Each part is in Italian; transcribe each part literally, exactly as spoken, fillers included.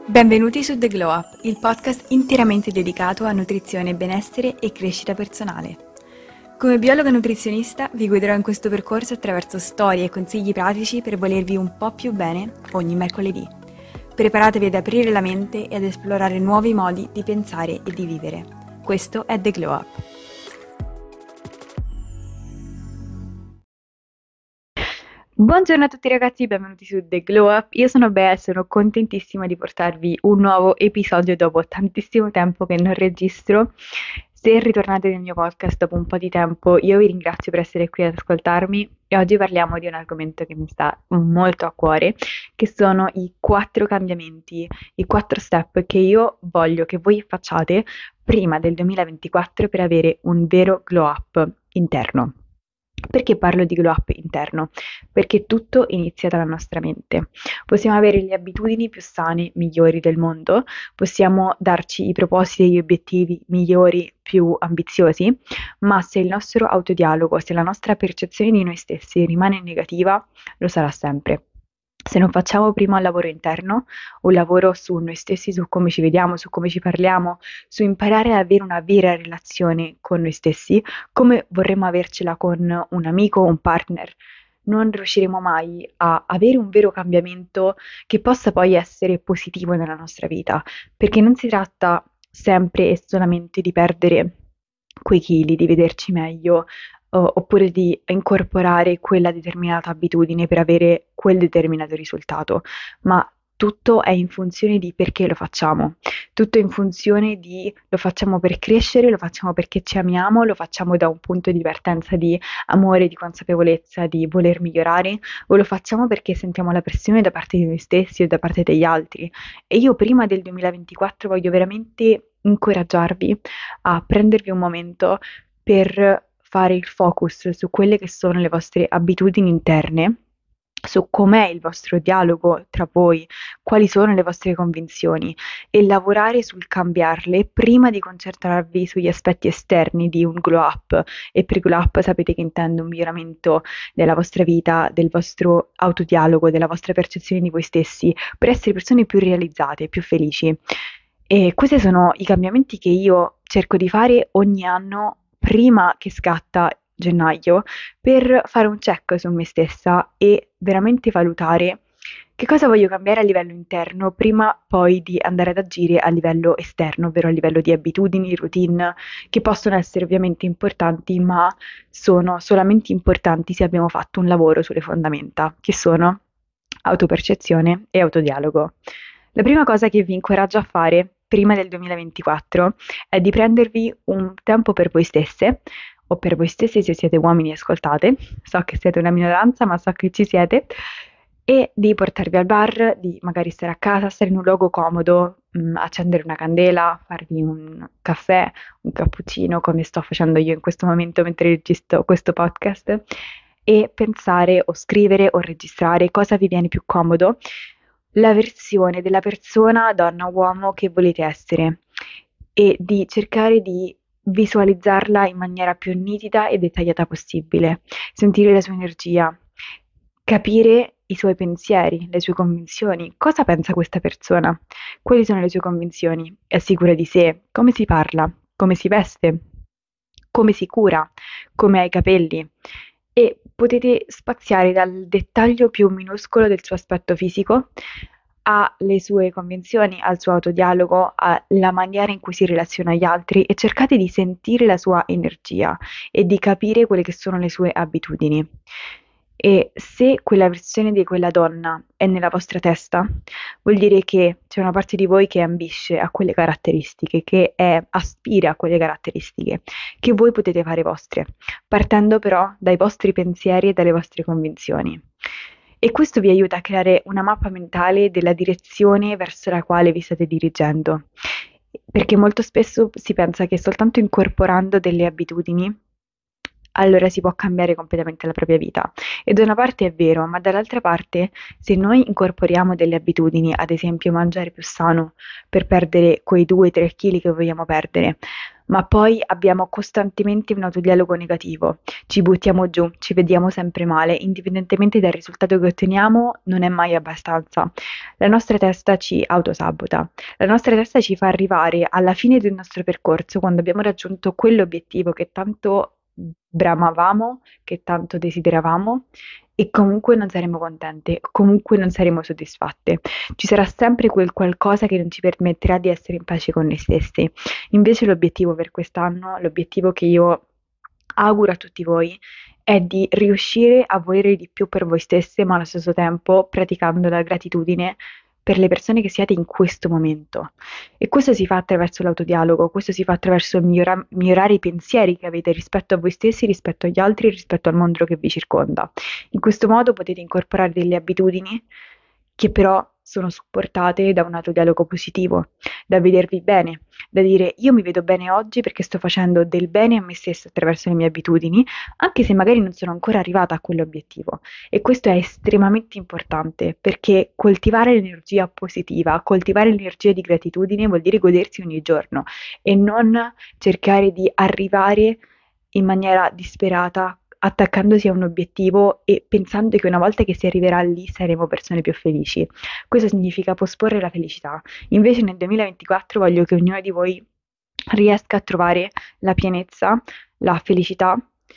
Benvenuti su The Glow Up, il podcast interamente dedicato a nutrizione, benessere e crescita personale. Come biologa nutrizionista vi guiderò in questo percorso attraverso storie e consigli pratici per volervi un po' più bene ogni mercoledì. Preparatevi ad aprire la mente e ad esplorare nuovi modi di pensare e di vivere. Questo è The Glow Up. Buongiorno a tutti ragazzi, benvenuti su The Glow Up. Io sono Bea e sono contentissima di portarvi un nuovo episodio dopo tantissimo tempo che non registro. Se ritornate nel mio podcast dopo un po' di tempo, io vi ringrazio per essere qui ad ascoltarmi e oggi parliamo di un argomento che mi sta molto a cuore, che sono i quattro cambiamenti, i quattro step che io voglio che voi facciate prima del duemilaventiquattro per avere un vero glow up interno. Perché parlo di glow up interno? Perché tutto inizia dalla nostra mente. Possiamo avere le abitudini più sane, migliori del mondo, possiamo darci i propositi e gli obiettivi migliori, più ambiziosi, ma se il nostro autodialogo, se la nostra percezione di noi stessi rimane negativa, lo sarà sempre. Se non facciamo prima un lavoro interno, un lavoro su noi stessi, su come ci vediamo, su come ci parliamo, su imparare ad avere una vera relazione con noi stessi, come vorremmo avercela con un amico o un partner, non riusciremo mai a avere un vero cambiamento che possa poi essere positivo nella nostra vita, perché non si tratta sempre e solamente di perdere quei chili, di vederci meglio, o- oppure di incorporare quella determinata abitudine per avere quel determinato risultato, ma tutto è in funzione di perché lo facciamo, tutto è in funzione di lo facciamo per crescere, lo facciamo perché ci amiamo, lo facciamo da un punto di partenza di amore, di consapevolezza, di voler migliorare, o lo facciamo perché sentiamo la pressione da parte di noi stessi o da parte degli altri. E io prima del duemilaventiquattro voglio veramente incoraggiarvi a prendervi un momento per fare il focus su quelle che sono le vostre abitudini interne, su com'è il vostro dialogo tra voi, quali sono le vostre convinzioni e lavorare sul cambiarle prima di concentrarvi sugli aspetti esterni di un glow up. E per glow up sapete che intendo un miglioramento della vostra vita, del vostro autodialogo, della vostra percezione di voi stessi, per essere persone più realizzate, più felici. E questi sono i cambiamenti che io cerco di fare ogni anno prima che scatta gennaio per fare un check su me stessa e veramente valutare che cosa voglio cambiare a livello interno prima poi di andare ad agire a livello esterno, ovvero a livello di abitudini, routine, che possono essere ovviamente importanti, ma sono solamente importanti se abbiamo fatto un lavoro sulle fondamenta, che sono autopercezione e autodialogo. La prima cosa che vi incoraggio a fare prima del duemilaventiquattro è di prendervi un tempo per voi stesse, o per voi stessi se siete uomini ascoltate, so che siete una minoranza ma so che ci siete, e di portarvi al bar, di magari stare a casa, stare in un luogo comodo, mh, accendere una candela, farvi un caffè, un cappuccino, come sto facendo io in questo momento mentre registro questo podcast, e pensare o scrivere o registrare cosa vi viene più comodo, la versione della persona, donna o uomo che volete essere e di cercare di visualizzarla in maniera più nitida e dettagliata possibile, sentire la sua energia, capire i suoi pensieri, le sue convinzioni, cosa pensa questa persona, quali sono le sue convinzioni, è sicura di sé, come si parla, come si veste, come si cura, come ha i capelli e potete spaziare dal dettaglio più minuscolo del suo aspetto fisico alle sue convinzioni, al suo autodialogo, alla maniera in cui si relaziona agli altri e cercate di sentire la sua energia e di capire quelle che sono le sue abitudini. E se quella versione di quella donna è nella vostra testa, vuol dire che c'è una parte di voi che ambisce a quelle caratteristiche, che è, aspira a quelle caratteristiche, che voi potete fare vostre, partendo però dai vostri pensieri e dalle vostre convinzioni. E questo vi aiuta a creare una mappa mentale della direzione verso la quale vi state dirigendo, perché molto spesso si pensa che soltanto incorporando delle abitudini allora si può cambiare completamente la propria vita. E da una parte è vero, ma dall'altra parte, se noi incorporiamo delle abitudini, ad esempio mangiare più sano per perdere quei due tre chili che vogliamo perdere, ma poi abbiamo costantemente un autodialogo negativo, ci buttiamo giù, ci vediamo sempre male, indipendentemente dal risultato che otteniamo, non è mai abbastanza. La nostra testa ci autosabota, la nostra testa ci fa arrivare alla fine del nostro percorso, quando abbiamo raggiunto quell'obiettivo che tanto bramavamo, che tanto desideravamo, e comunque non saremo contente, comunque non saremo soddisfatte. Ci sarà sempre quel qualcosa che non ci permetterà di essere in pace con noi stessi. Invece l'obiettivo per quest'anno, l'obiettivo che io auguro a tutti voi, è di riuscire a volere di più per voi stesse, ma allo stesso tempo praticando la gratitudine per le persone che siete in questo momento. E questo si fa attraverso l'autodialogo, questo si fa attraverso migliora- migliorare i pensieri che avete rispetto a voi stessi, rispetto agli altri, rispetto al mondo che vi circonda. In questo modo potete incorporare delle abitudini che però sono supportate da un autodialogo positivo, da vedervi bene, da dire io mi vedo bene oggi perché sto facendo del bene a me stessa attraverso le mie abitudini, anche se magari non sono ancora arrivata a quell'obiettivo. E questo è estremamente importante perché coltivare l'energia positiva, coltivare l'energia di gratitudine vuol dire godersi ogni giorno e non cercare di arrivare in maniera disperata, attaccandosi a un obiettivo e pensando che una volta che si arriverà lì saremo persone più felici. Questo significa posporre la felicità. Invece nel duemilaventiquattro voglio che ognuno di voi riesca a trovare la pienezza, la felicità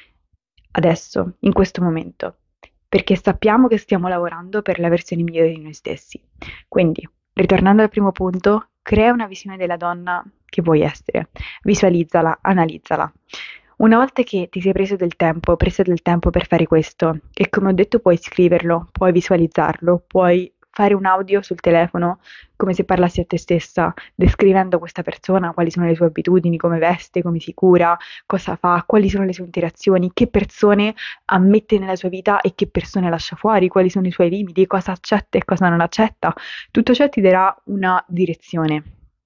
adesso, in questo momento, perché sappiamo che stiamo lavorando per la versione migliore di noi stessi. Quindi, ritornando al primo punto, crea una visione della donna che vuoi essere, visualizzala, analizzala. Una volta che ti sei preso del tempo, preso del tempo per fare questo, e come ho detto puoi scriverlo, puoi visualizzarlo, puoi fare un audio sul telefono come se parlassi a te stessa, descrivendo questa persona, quali sono le sue abitudini, come veste, come si cura, cosa fa, quali sono le sue interazioni, che persone ammette nella sua vita e che persone lascia fuori, quali sono i suoi limiti, cosa accetta e cosa non accetta. Tutto ciò ti darà una direzione.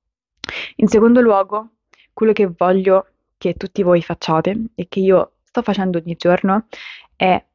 In secondo luogo, quello che voglio che tutti voi facciate e che io sto facendo ogni giorno è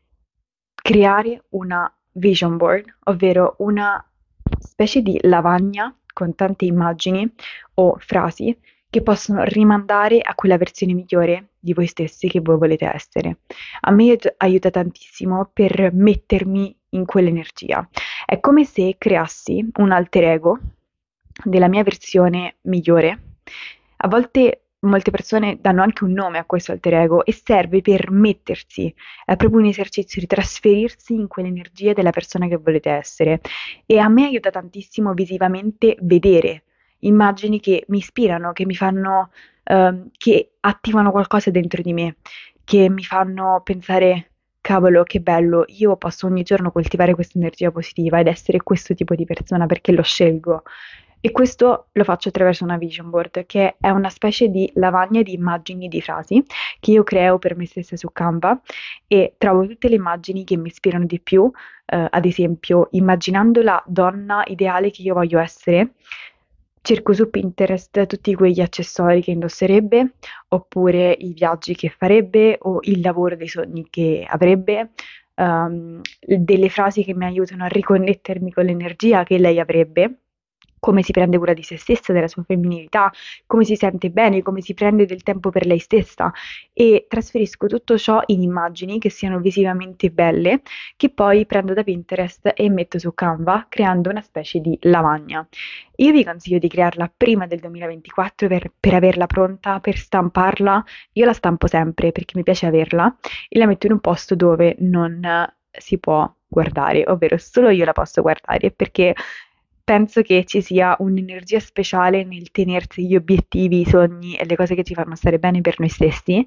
creare una vision board, ovvero una specie di lavagna con tante immagini o frasi che possono rimandare a quella versione migliore di voi stessi che voi volete essere. A me aiut- aiuta tantissimo per mettermi in quell'energia. È come se creassi un alter ego della mia versione migliore. A volte molte persone danno anche un nome a questo alter ego e serve per mettersi, è proprio un esercizio di trasferirsi in quell'energia della persona che volete essere. E a me aiuta tantissimo visivamente vedere immagini che mi ispirano, che mi fanno, ehm, che attivano qualcosa dentro di me, che mi fanno pensare, cavolo, che bello, io posso ogni giorno coltivare questa energia positiva ed essere questo tipo di persona perché lo scelgo. E questo lo faccio attraverso una vision board, che è una specie di lavagna di immagini, di frasi che io creo per me stessa su Canva e trovo tutte le immagini che mi ispirano di più, eh, ad esempio immaginando la donna ideale che io voglio essere, cerco su Pinterest tutti quegli accessori che indosserebbe, oppure i viaggi che farebbe o il lavoro dei sogni che avrebbe, ehm, delle frasi che mi aiutano a riconnettermi con l'energia che lei avrebbe, come si prende cura di se stessa, della sua femminilità, come si sente bene, come si prende del tempo per lei stessa e trasferisco tutto ciò in immagini che siano visivamente belle, che poi prendo da Pinterest e metto su Canva, creando una specie di lavagna. Io vi consiglio di crearla prima del duemilaventiquattro per, per averla pronta, per stamparla. Io la stampo sempre perché mi piace averla e la metto in un posto dove non eh, si può guardare, ovvero solo io la posso guardare perché penso che ci sia un'energia speciale nel tenersi gli obiettivi, i sogni e le cose che ci fanno stare bene per noi stessi.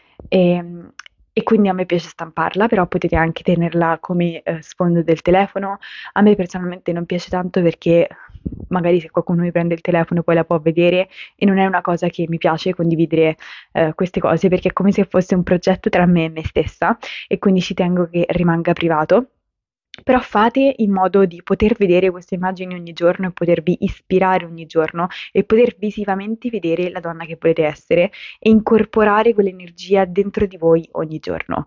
E, e quindi a me piace stamparla, però potete anche tenerla come eh, sfondo del telefono. A me personalmente non piace tanto perché magari se qualcuno mi prende il telefono poi la può vedere e non è una cosa che mi piace condividere eh, queste cose perché è come se fosse un progetto tra me e me stessa e quindi ci tengo che rimanga privato. Però fate in modo di poter vedere queste immagini ogni giorno e potervi ispirare ogni giorno e poter visivamente vedere la donna che volete essere e incorporare quell'energia dentro di voi ogni giorno.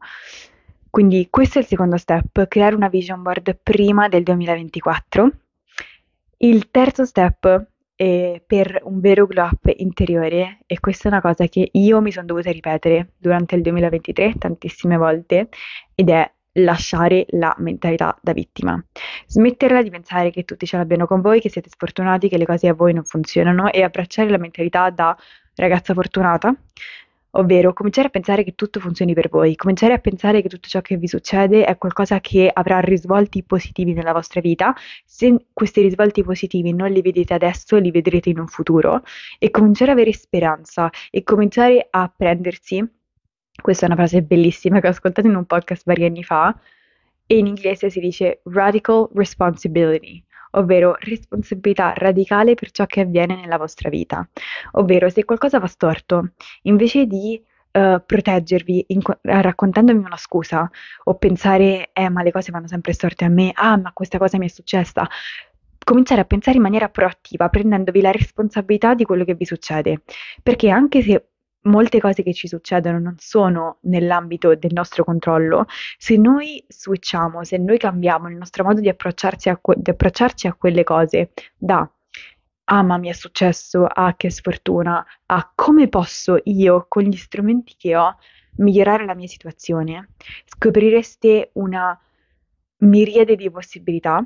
Quindi questo è il secondo step, creare una vision board prima del duemilaventiquattro. Il terzo step eh, per un vero glow up interiore, e questa è una cosa che io mi sono dovuta ripetere durante il duemilaventitré tantissime volte, ed è lasciare la mentalità da vittima. Smetterla di pensare che tutti ce l'abbiano con voi, che siete sfortunati, che le cose a voi non funzionano, e abbracciare la mentalità da ragazza fortunata, ovvero cominciare a pensare che tutto funzioni per voi, cominciare a pensare che tutto ciò che vi succede è qualcosa che avrà risvolti positivi nella vostra vita. Se questi risvolti positivi non li vedete adesso, li vedrete in un futuro, e cominciare ad avere speranza e cominciare a prendersi, questa è una frase bellissima che ho ascoltato in un podcast vari anni fa, e in inglese si dice radical responsibility, ovvero responsabilità radicale per ciò che avviene nella vostra vita. Ovvero, se qualcosa va storto, invece di eh, proteggervi in- raccontandomi una scusa o pensare, eh, ma le cose vanno sempre storte a me, ah, ma questa cosa mi è successa, cominciare a pensare in maniera proattiva, prendendovi la responsabilità di quello che vi succede. Perché anche se molte cose che ci succedono non sono nell'ambito del nostro controllo, se noi switchiamo, se noi cambiamo il nostro modo di approcciarsi a, que- di approcciarci a quelle cose da ah, ma mi è successo, ah, che sfortuna, ah, come posso io, con gli strumenti che ho, migliorare la mia situazione, scoprireste una miriade di possibilità,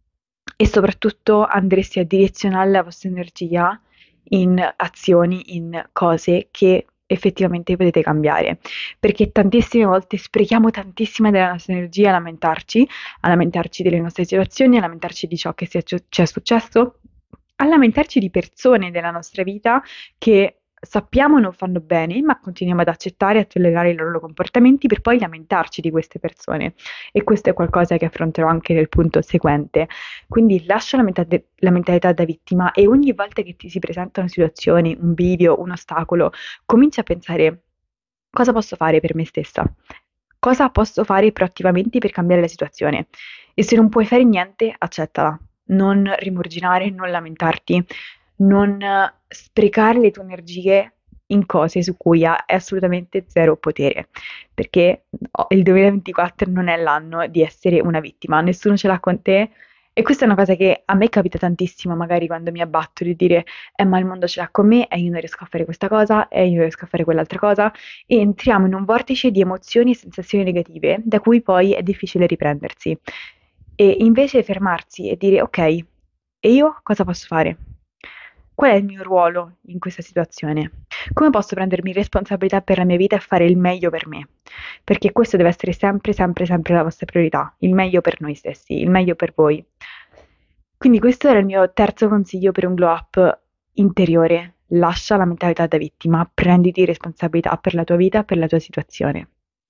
e soprattutto andresti a direzionare la vostra energia in azioni, in cose che effettivamente potete cambiare. Perché tantissime volte sprechiamo tantissima della nostra energia a lamentarci, a lamentarci delle nostre situazioni, a lamentarci di ciò che ci è, ci è successo, a lamentarci di persone della nostra vita che sappiamo non fanno bene, ma continuiamo ad accettare e a tollerare i loro comportamenti per poi lamentarci di queste persone. E questo è qualcosa che affronterò anche nel punto seguente. Quindi lascia la, menta- la mentalità da vittima, e ogni volta che ti si presenta una situazione, un bivio, un ostacolo, comincia a pensare: cosa posso fare per me stessa? Cosa posso fare proattivamente per cambiare la situazione? E se non puoi fare niente, accettala. Non rimurginare, non lamentarti, non eh, sprecare le tue energie in cose su cui hai assolutamente zero potere, perché oh, il duemilaventiquattro non è l'anno di essere una vittima, nessuno ce l'ha con te. E questa è una cosa che a me capita tantissimo, magari quando mi abbatto, di dire, eh, ma il mondo ce l'ha con me e io non riesco a fare questa cosa e io non riesco a fare quell'altra cosa, e entriamo in un vortice di emozioni e sensazioni negative da cui poi è difficile riprendersi. E invece fermarsi e dire, ok, e io cosa posso fare? Qual è il mio ruolo in questa situazione? Come posso prendermi responsabilità per la mia vita e fare il meglio per me? Perché questo deve essere sempre, sempre, sempre la vostra priorità, il meglio per noi stessi, il meglio per voi. Quindi questo era il mio terzo consiglio per un glow up interiore. Lascia la mentalità da vittima, prenditi responsabilità per la tua vita, per la tua situazione.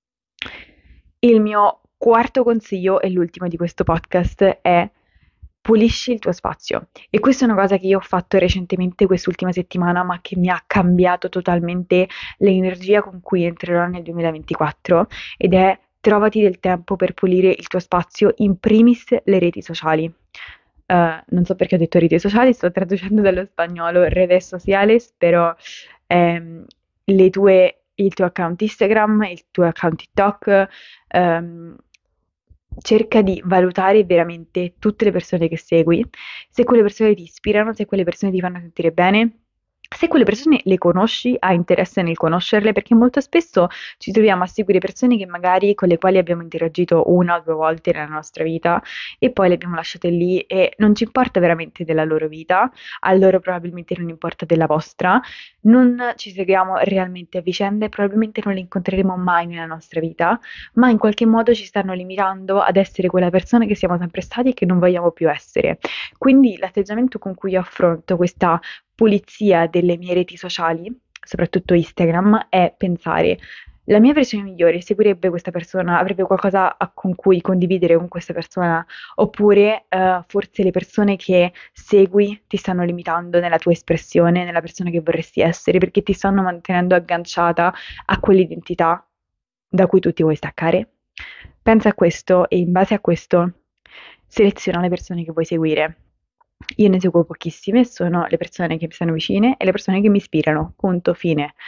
Il mio quarto consiglio, e l'ultimo di questo podcast, è: pulisci il tuo spazio. E questa è una cosa che io ho fatto recentemente quest'ultima settimana, ma che mi ha cambiato totalmente l'energia con cui entrerò nel duemilaventiquattro, ed è: trovati del tempo per pulire il tuo spazio, in primis le reti sociali. Uh, non so perché ho detto reti sociali, sto traducendo dallo spagnolo redes sociales, però ehm, le tue, il tuo account Instagram, il tuo account TikTok, ehm, cerca di valutare veramente tutte le persone che segui, se quelle persone ti ispirano, se quelle persone ti fanno sentire bene. Se quelle persone le conosci, hai interesse nel conoscerle, perché molto spesso ci troviamo a seguire persone che magari con le quali abbiamo interagito una o due volte nella nostra vita e poi le abbiamo lasciate lì e non ci importa veramente della loro vita, a loro probabilmente non importa della vostra, non ci seguiamo realmente a vicenda e probabilmente non le incontreremo mai nella nostra vita, ma in qualche modo ci stanno limitando ad essere quella persona che siamo sempre stati e che non vogliamo più essere. Quindi l'atteggiamento con cui io affronto questa pulizia delle mie reti sociali, soprattutto Instagram, è pensare: la mia versione migliore seguirebbe questa persona, avrebbe qualcosa a- con cui condividere con questa persona, oppure eh, forse le persone che segui ti stanno limitando nella tua espressione, nella persona che vorresti essere, perché ti stanno mantenendo agganciata a quell'identità da cui tu ti vuoi staccare. Pensa a questo e in base a questo seleziona le persone che vuoi seguire. Io ne seguo pochissime, sono le persone che mi stanno vicine e le persone che mi ispirano, punto, fine.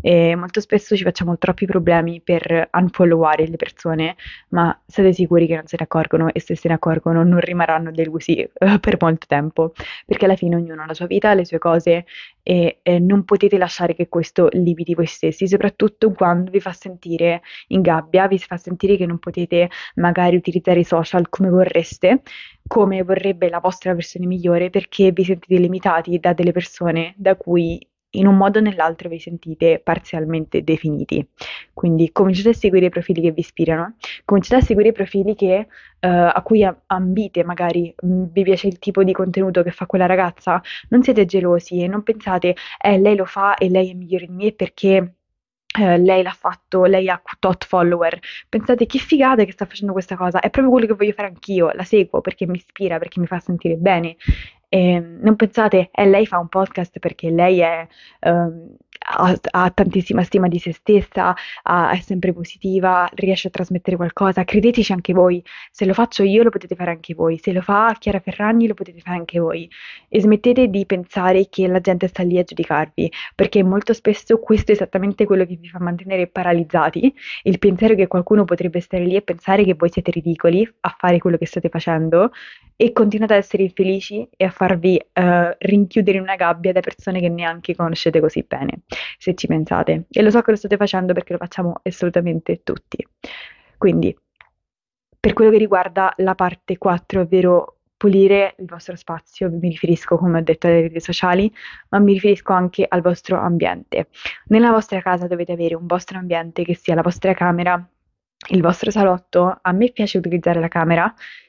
e molto spesso ci facciamo troppi problemi per unfolloware le persone, ma state sicuri che non se ne accorgono e se se ne accorgono non rimarranno delusi eh, per molto tempo, perché alla fine ognuno ha la sua vita, le sue cose e eh, non potete lasciare che questo limiti voi stessi, soprattutto quando vi fa sentire in gabbia, vi fa sentire che non potete magari utilizzare i social come vorreste, come vorrebbe la vostra versione migliore, perché vi sentite limitati da delle persone da cui in un modo o nell'altro vi sentite parzialmente definiti. Quindi cominciate a seguire i profili che vi ispirano, cominciate a seguire i profili che, eh, a cui a- ambite, magari mh, vi piace il tipo di contenuto che fa quella ragazza, non siete gelosi e non pensate, eh, lei lo fa e lei è migliore di me perché eh, lei l'ha fatto, lei ha tot follower. Pensate che figata che sta facendo questa cosa, è proprio quello che voglio fare anch'io, la seguo perché mi ispira, perché mi fa sentire bene. E non pensate, eh, lei fa un podcast perché lei è, ehm, ha, ha tantissima stima di se stessa, ha- è sempre positiva, riesce a trasmettere qualcosa. Credeteci anche voi, se lo faccio io lo potete fare anche voi, se lo fa Chiara Ferragni lo potete fare anche voi. E smettete di pensare che la gente sta lì a giudicarvi, perché molto spesso questo è esattamente quello che vi fa mantenere paralizzati, il pensiero che qualcuno potrebbe stare lì e pensare che voi siete ridicoli a fare quello che state facendo e continuate ad essere infelici e a farvi eh, rinchiudere in una gabbia da persone che neanche conoscete così bene, se ci pensate. E lo so che lo state facendo perché lo facciamo assolutamente tutti. Quindi, per quello che riguarda la parte quattro, ovvero pulire il vostro spazio, mi riferisco, come ho detto, alle reti sociali, ma mi riferisco anche al vostro ambiente. Nella vostra casa dovete avere un vostro ambiente che sia la vostra camera, il vostro salotto. A me piace utilizzare la camera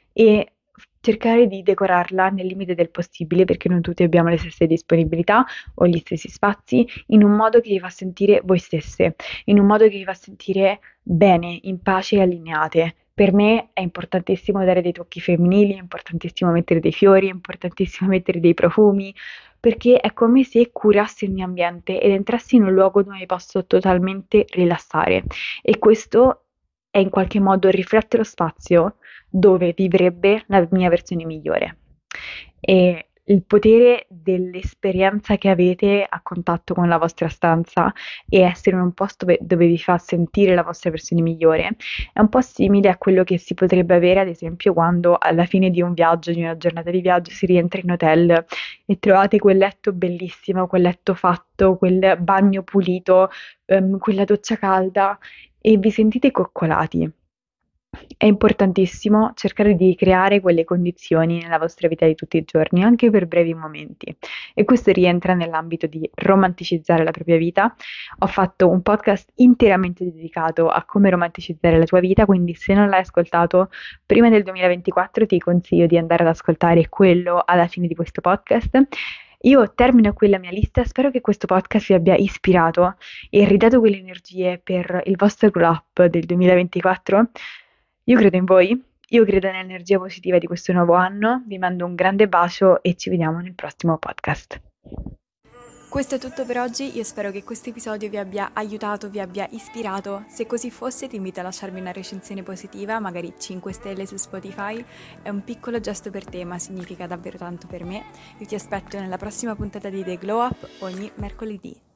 e cercare di decorarla nel limite del possibile, perché non tutti abbiamo le stesse disponibilità o gli stessi spazi, in un modo che vi fa sentire voi stesse, in un modo che vi fa sentire bene, in pace e allineate. Per me è importantissimo dare dei tocchi femminili, è importantissimo mettere dei fiori, è importantissimo mettere dei profumi, perché è come se curassi il mio ambiente ed entrassi in un luogo dove mi posso totalmente rilassare. E questo è in qualche modo riflette lo spazio dove vivrebbe la mia versione migliore. E il potere dell'esperienza che avete a contatto con la vostra stanza e essere in un posto dove, dove vi fa sentire la vostra versione migliore è un po' simile a quello che si potrebbe avere, ad esempio, quando alla fine di un viaggio, di una giornata di viaggio, si rientra in hotel e trovate quel letto bellissimo, quel letto fatto, quel bagno pulito, ehm, quella doccia calda e vi sentite coccolati. È importantissimo cercare di creare quelle condizioni nella vostra vita di tutti i giorni, anche per brevi momenti. E questo rientra nell'ambito di romanticizzare la propria vita. Ho fatto un podcast interamente dedicato a come romanticizzare la tua vita, quindi se non l'hai ascoltato prima del duemilaventiquattro ti consiglio di andare ad ascoltare quello alla fine di questo podcast. Io termino qui la mia lista, spero che questo podcast vi abbia ispirato e ridato quelle energie per il vostro glow up del duemilaventiquattro. Io credo in voi, io credo nell'energia positiva di questo nuovo anno, vi mando un grande bacio e ci vediamo nel prossimo podcast. Questo è tutto per oggi, io spero che questo episodio vi abbia aiutato, vi abbia ispirato. Se così fosse ti invito a lasciarmi una recensione positiva, magari cinque stelle su Spotify. È un piccolo gesto per te, ma significa davvero tanto per me. Io ti aspetto nella prossima puntata di The Glow Up ogni mercoledì.